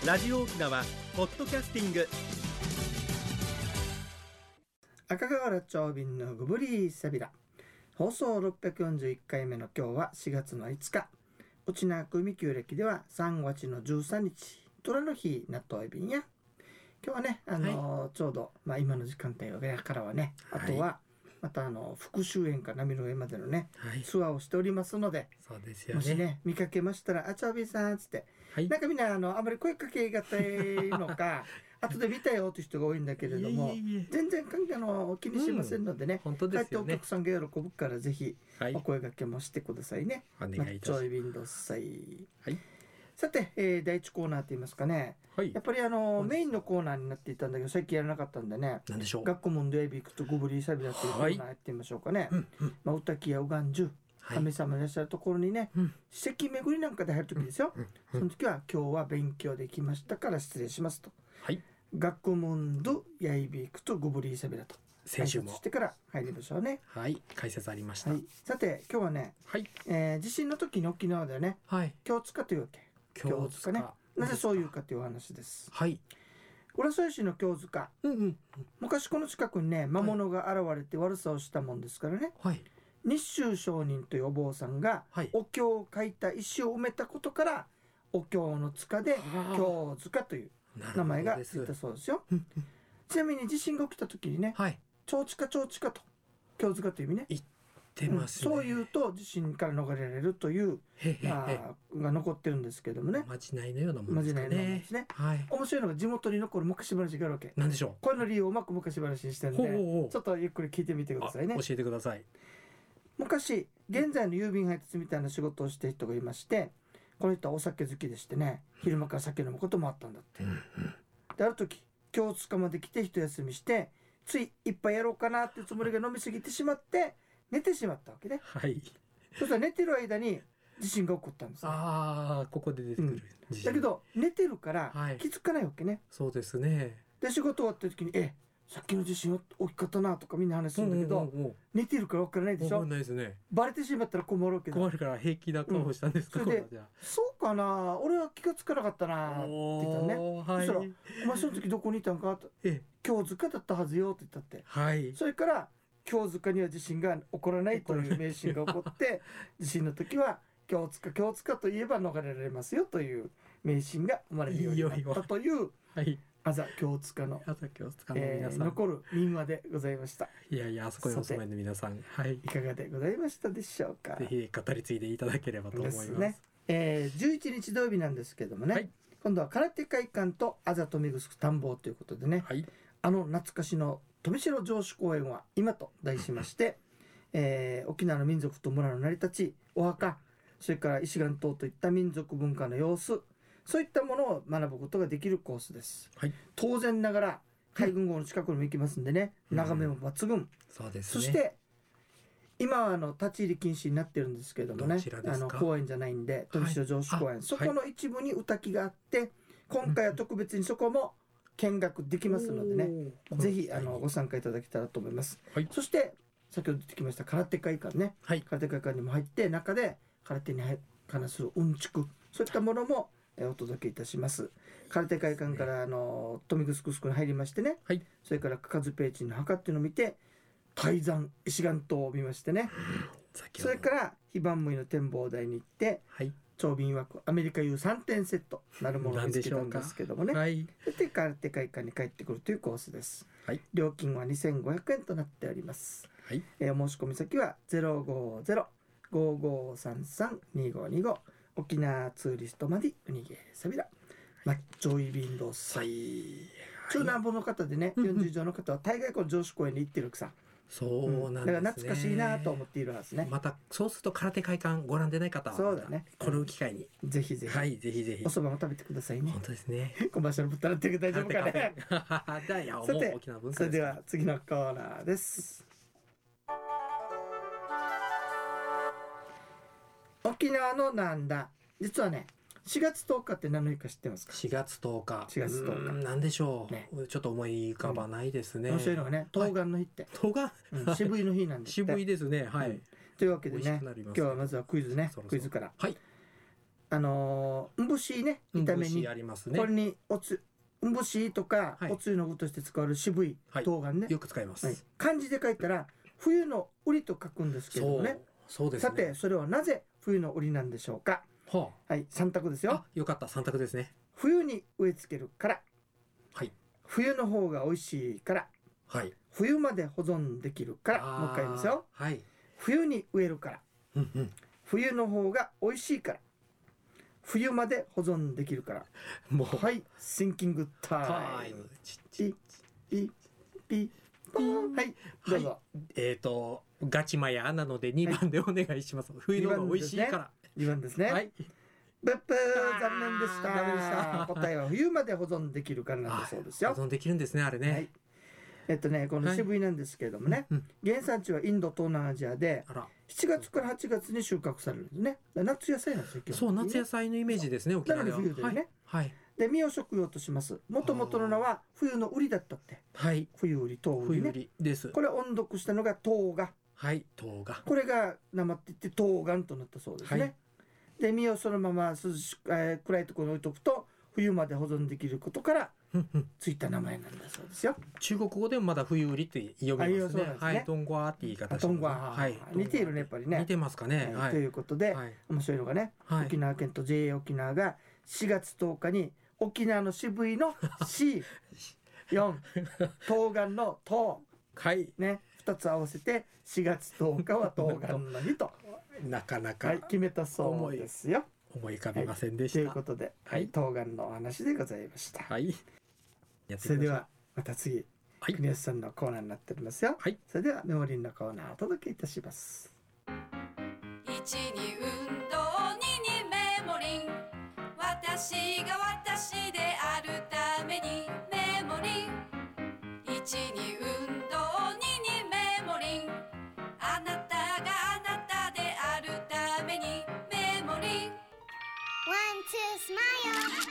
ラジオ沖縄ポッドキャスティング。 赤瓦町便のグブリーサビラ放送641回目の今日は4月の5日、内縄組旧暦では3月の13日虎の日なっとい便や。今日はねちょうど、今の時間帯からはね、あとはまた福州園から波の上までのね、ツアーをしておりますので、 そうですよね、 もしね見かけましたらあちゃびさんつって、なんかみんなあまり声かけがたいのか後で見たよという人が多いんだけれども、全然関係気にしませんのでね、 本当ですよね。 帰ってお客さんが喜ぶからぜひお声掛けもしてくださいね。 お願いいたします。 マッチョイビンドッサイ。さて、第1コーナーと言いますかね、やっぱりメインのコーナーになっていたんだけど最近やらなかったんでね、 何でしょう。 学校問題ビクとグブリーサビラというコーナーやってみましょうかね。歌木やうがんじゅ神様いらっしゃるところにね、史跡巡りなんかで入る時ですよ。その時は今日は勉強できましたから失礼しますと。学問ドヤイビクとグブリーサビラと先週もしてから入りましょうね。 解説ありました。 さて今日はね、地震の時に沖縄ではね、京塚というわけ。京塚ね。なぜそういうかという話です。浦添市の京塚、昔この近くにね魔物が現れて悪さをしたもんですからね、日州上人というお坊さんがお経を書いた石を埋めたことからお経の塚で京塚という名前がついたそうですよ。ちなみに地震が起きた時にね、超地下と京塚という意味ね、 言ってますね。 そういうと地震から逃れられるというが残ってるんですけどもね。 まじないのようなものですかね。 面白いのが地元に残る昔話があるわけ。 なんでしょう。 これの理由をうまく昔話にしてるんで、ちょっとゆっくり聞いてみてくださいね。 教えてください。 昔現在の郵便配達みたいな仕事をしてる人がいまして、この人はお酒好きでしてね、昼間から酒飲むこともあったんだって。である時京塚まで来て一休みして、つい一杯やろうかなっていうつもりが飲みすぎてしまって寝てしまったわけね。そしたら寝てる間に地震が起こったんです、ね。 ここで出てくる、 だけど寝てるから気づかないわけね。 そうですね。 で仕事終わった時にさっきの地震大きかったなとかみんな話するんだけど、寝てるから分からないでしょ。 分かんないですね。 バレてしまったら困るわけど。 困るから平気な顔したんですか。 それでそうかな、俺は気がつかなかったなって言ったね。そしたらお前その時どこにいたんかと、京塚だったはずよって言ったって。それから京塚には地震が起こらないという迷信が起こって地震の時は京塚といえば逃れられますよという迷信が生まれるようになったというあざ京塚の皆さん、 残る民話でございました。 あそこにお住まいの皆さん、 いかがでございましたでしょうか。 ぜひ語り継いでいただければと思いますね。11日土曜日なんですけどもね、今度は空手会館とあざとみぐす田んぼということでね、懐かしの富城城址公園は今と題しまして、沖縄の民族と村の成り立ち、お墓、それから石岩島といった民族文化の様子、そういったものを学ぶことができるコースです。当然ながら海軍号の近くにも行きますんでね、眺めも抜群。 そうですね。 そして今は立ち入り禁止になってるんですけどもね、公園じゃないんで富城城址公園、そこの一部に歌木があって、今回は特別にそこも見学できますのでね、ぜひご参加いただけたらと思います。そして先ほど出てきました空手会館ね、空手会館にも入って中で空手に関するうんちく、そういったものもお届けいたします。空手会館から富城スクに入りましてね、それからかかずページの墓っていうのを見て泰山石岩島を見ましてね、それから非番無の展望台に行って、長便枠アメリカ U3 点セットなるものを見つけたんですけどもね、で空手会館に帰ってくるというコースです。料金は2500円となっております。お申し込み先は 050-5533-2525 沖縄ツーリストまでウニゲーサビラマッチョイビンドサイ。中南部の方でね、40以上の方は大概この城址公園に行ってるくさ。 そうなんですね。 だから懐かしいなと思っているはずね。 またそうすると空手会館ご覧でない方はそうだね、 この機会にぜひぜひ、 ぜひお蕎麦も食べてくださいね。 本当ですね。 コマーシャルぶったらって大丈夫かね。さてそれでは次のコーナーです。沖縄のなんだ、実はね4月10日って何の日か知ってますか。 4月10日 4月10日なんでしょう、ちょっと思い浮かばないですね。 面白いのがね、冬瓜の日って、渋いの日なんですって。 渋いですね。 というわけでね、今日はまずはクイズね、クイズから。 んぶしね、炒めに、 ありますね。 これにんぶしとか、おつゆの具として使われる渋い冬瓜ね、 よく使います。 漢字で書いたら冬の瓜と書くんですけどもね。 そうですね。 さてそれはなぜ冬の瓜なんでしょうか。はい、3択ですよ。 よかった、3択ですね。 冬に植え付けるから、 はい、 冬の方が美味しいから、 はい、 冬まで保存できるから。もう一回言いますよ。 はい、 冬に植えるから、冬の方が美味しいから、冬まで保存できるから。もうはい、シンキングタイム。ピピピポン。はい、どうぞ。 ガチマヤなので2番でお願いします。冬の方が美味しいから。 2番ですね。はい。ブッブー、残念でした。ダメでした。答えは冬まで保存できるからなんだそうですよ。 保存できるんですね、あれね。はい。 この渋いなんですけれどもね、原産地はインド東南アジアで7月から8月に収穫されるんですね。夏野菜なんですよ。 そう、夏野菜のイメージですね、沖縄では。 冬でね。はい。で、実を食用とします。もともとの名は冬の瓜だったって。はい。冬瓜、冬瓜ね。です。これ音読したのが冬瓜。はい、冬瓜。これがなまっていって冬瓜となったそうですね。で、実をそのまま暗いところに置いとくと冬まで保存できることからついた名前なんだそうですよ。 中国語でもまだ冬売りって読みますね。はい、トンガーって言い方します。 はい、似ているね、やっぱりね。 似てますかね。 ということで、面白いのがね、沖縄県と JA 沖縄が4月10日に沖縄の渋いの C4 冬瓜の冬ね、2つ合わせて4月10日は冬瓜の日となかなか決めたそうですよ。 思い浮かびませんでした。 ということで、冬瓜のお話でございました。はい。それではまた次、国吉さんのコーナーになっておりますよ。はい。それではメモリーのコーナーをお届けいたします。 1に運動2にメモリン、私が私であるためにメモリン、1に運動2にメモリン、あなたがあなたであるためにメモリン。 One, two, smile.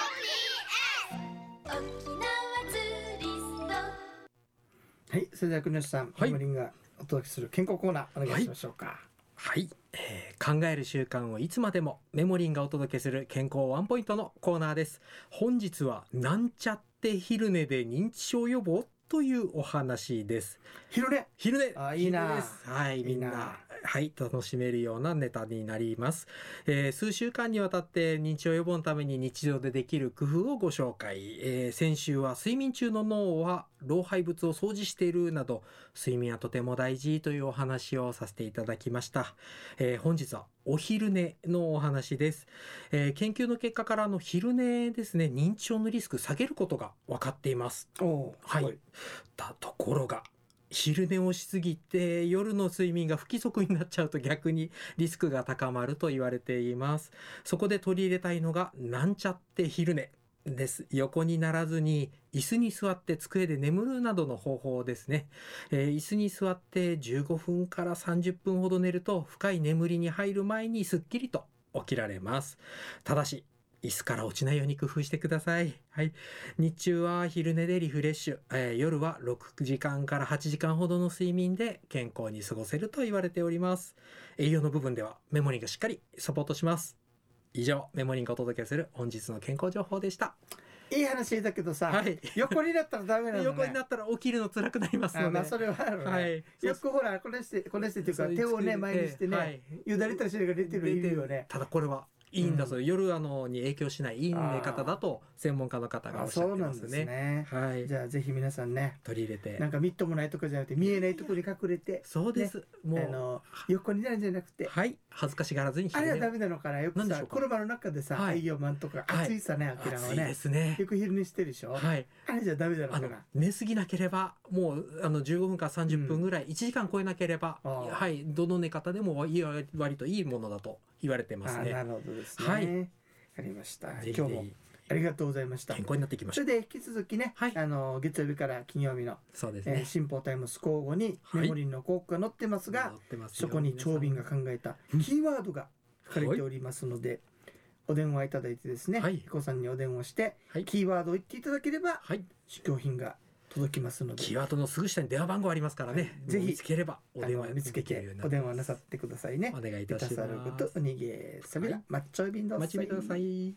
OPS 沖縄ツーリスト。 はい、それでは国吉さん、メモリンがお届けする健康コーナーお願いしましょうか。 はい、考える習慣をいつまでもメモリンがお届けする健康ワンポイントのコーナーです。本日はなんちゃって昼寝で認知症予防というお話です。 昼寝いいな。はい、みんなはい、楽しめるようなネタになります。数週間にわたって認知症予防のために日常でできる工夫をご紹介。先週は睡眠中の脳は老廃物を掃除しているなど、睡眠はとても大事というお話をさせていただきました。本日はお昼寝のお話です。研究の結果から昼寝ですね、認知症のリスク下げることが分かっています。はい。ところが昼寝をしすぎて夜の睡眠が不規則になっちゃうと逆にリスクが高まると言われています。そこで取り入れたいのがなんちゃって昼寝です。横にならずに椅子に座って机で眠るなどの方法ですね。椅子に座って15分から30分ほど寝ると深い眠りに入る前にすっきりと起きられます。ただし椅子から落ちないように工夫してください。はい。日中は昼寝でリフレッシュ、夜は6時間から8時間ほどの睡眠で健康に過ごせると言われております。栄養の部分ではメモリーがしっかりサポートします。以上、メモリーがお届けする本日の健康情報でした。 いい話だけどさ、横になったらダメなのね。 横になったら起きるの辛くなりますので。 それはあるね。よくほらこれしてっていうか手をね前にしてね、ゆだりと汁が出てるいるよね。 ただこれはいいんだそう、夜に影響しないいい寝方だと専門家の方がおっしゃってますね。そうなんですね。はい。 じゃあぜひ皆さんね取り入れて、 なんかみっともないとこじゃなくて見えないとこに隠れて、 そうです。 もう横になるんじゃなくて、 はい、恥ずかしがらずに。 あれはダメなのかな。よくさ車の中でさ営業マンとか暑いさね、明らかね。ですね。よく昼寝してるでしょ。はい。あれじゃダメなのかな。 寝すぎなければもう15分から30分ぐらい、1時間超えなければ、はい、どの寝方でも割といいものだと言われてますね。 なるほどですね。はい。ありました。今日もありがとうございました。 健康になっていきましょう。 それで引き続きね、月曜日から金曜日のそうですね、 新報タイムス交互にメモリーの広告が載ってますが、そこに長瓶が考えたキーワードが書かれておりますので、お電話いただいてですね、彦さんにお電話してキーワードを言っていただければ試供品が届きますので、 キーワードのすぐ下に電話番号ありますからね、 ぜひ見つければお電話見つけてお電話なさってくださいね。 お願いいたします。 さることおにげさびら、マッチョイビンドお待ちください。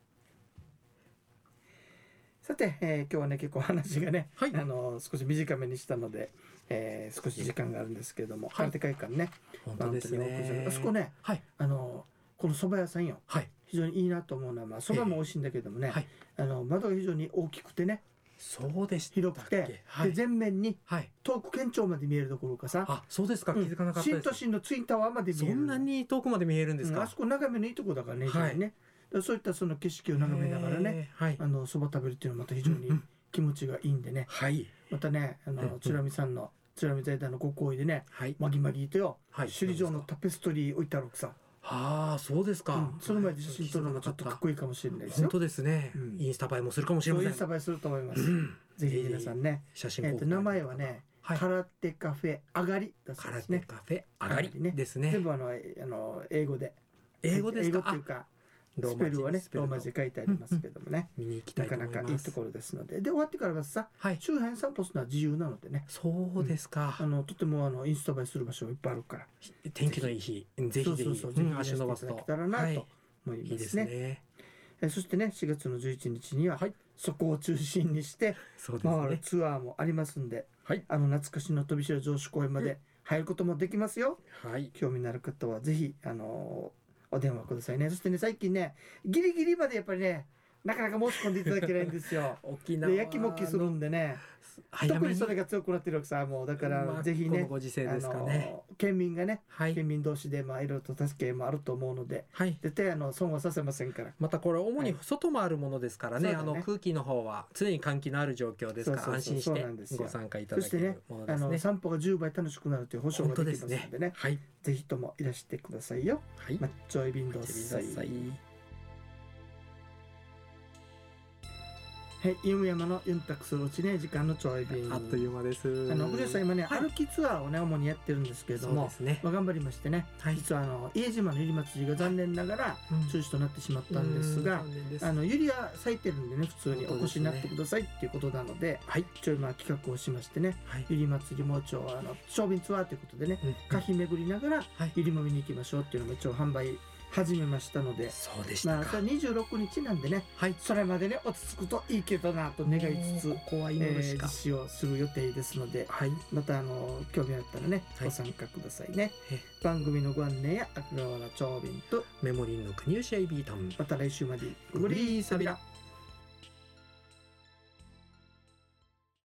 さて、今日はね結構話がね、 はい、 少し短めにしたので、少し時間があるんですけれども、空手会館ね、 本当ですね。 あそこね、 はい、 この蕎麦屋さんよ、 はい、 非常にいいなと思うのは、まあ蕎麦も美味しいんだけどもね、 はい、 窓が非常に大きくてね、 そうでしたっけ、 広くて、 はい、 で前面にはい遠く県庁まで見えるところかさ、 あ、そうですか、気づかなかったです。 新都心のツインタワーまで見える。 そんなに遠くまで見えるんですか。 あそこ眺めのいいところだからね、非常にね。そういったその景色を眺めながらね、蕎麦食べるっていうのはまた非常に気持ちがいいんでね、またね、チュラミさんのチュラミ財団のご厚意でね、マギマギとよ、首里城のタペストリー置いてあるさ。 ああ、そうですか。 その前で写真撮るのもちょっとかっこいいかもしれないですよ。 本当ですね。インスタ映えもするかもしれません。 インスタ映えすると思います。ぜひ皆さんね、 写真名前はね、空手カフェあがりだそうですね。 空手カフェあがりですね。 全部英語で。 英語ですか。 英語っていうか。スペルはねローマ字で書いてありますけどもね、 見に行きたいと思います。 なかなかいいところですので、で終わってからはさ、周辺散歩するのは自由なのでね。 そうですか。 とてもインスタ映えする場所がいっぱいあるから、 天気のいい日ぜひぜひ足伸ばすといただけたらなと思いますね。 そしてね4月の11日にはそこを中心にして回るツアーもありますんで、懐かしの飛び城城址公園まで入ることもできますよ。興味のある方はぜひお電話くださいね。そしてね最近ねギリギリまでやっぱりねなかなか申し込んでいただけないんですよ。 沖縄でやきもきするんでね、特にそれが強くなってるわけさ、もうだからぜひね、県民がね、県民同士でいろいろと助けもあると思うので、絶対損はさせませんから。 またこれ主に外もあるものですからね、空気の方は常に換気のある状況ですから安心してご参加いただけるものですね。 そしてね、散歩が10倍楽しくなるという保証ができますのでね、ぜひともいらしてくださいよ。マッチョイビンドサイ。はい、ゆむやまのユンタクするうちね時間のちょい便あっという間です。 藤井さん今ね、歩きツアーをね主にやってるんですけれども、頑張りましてね、実は家島のゆり祭りが残念ながら中止となってしまったんですが、ゆりは咲いてるんでね、普通にお越しになってくださいっていうことなので、ちょい企画をしましてね、ゆり祭りも一応小便ツアーということでね、歌碑巡りながらゆりも見に行きましょうっていうのも一応販売始めましたので、 そうでしたか。 26日なんでね、それまでね落ち着くといいけどなと願いつつ実施をする予定ですので、また興味あったらねご参加くださいね。番組のご案内や赤瓦長瓶とメモリンの国吉アイビータウン、 また来週までごりーさびら。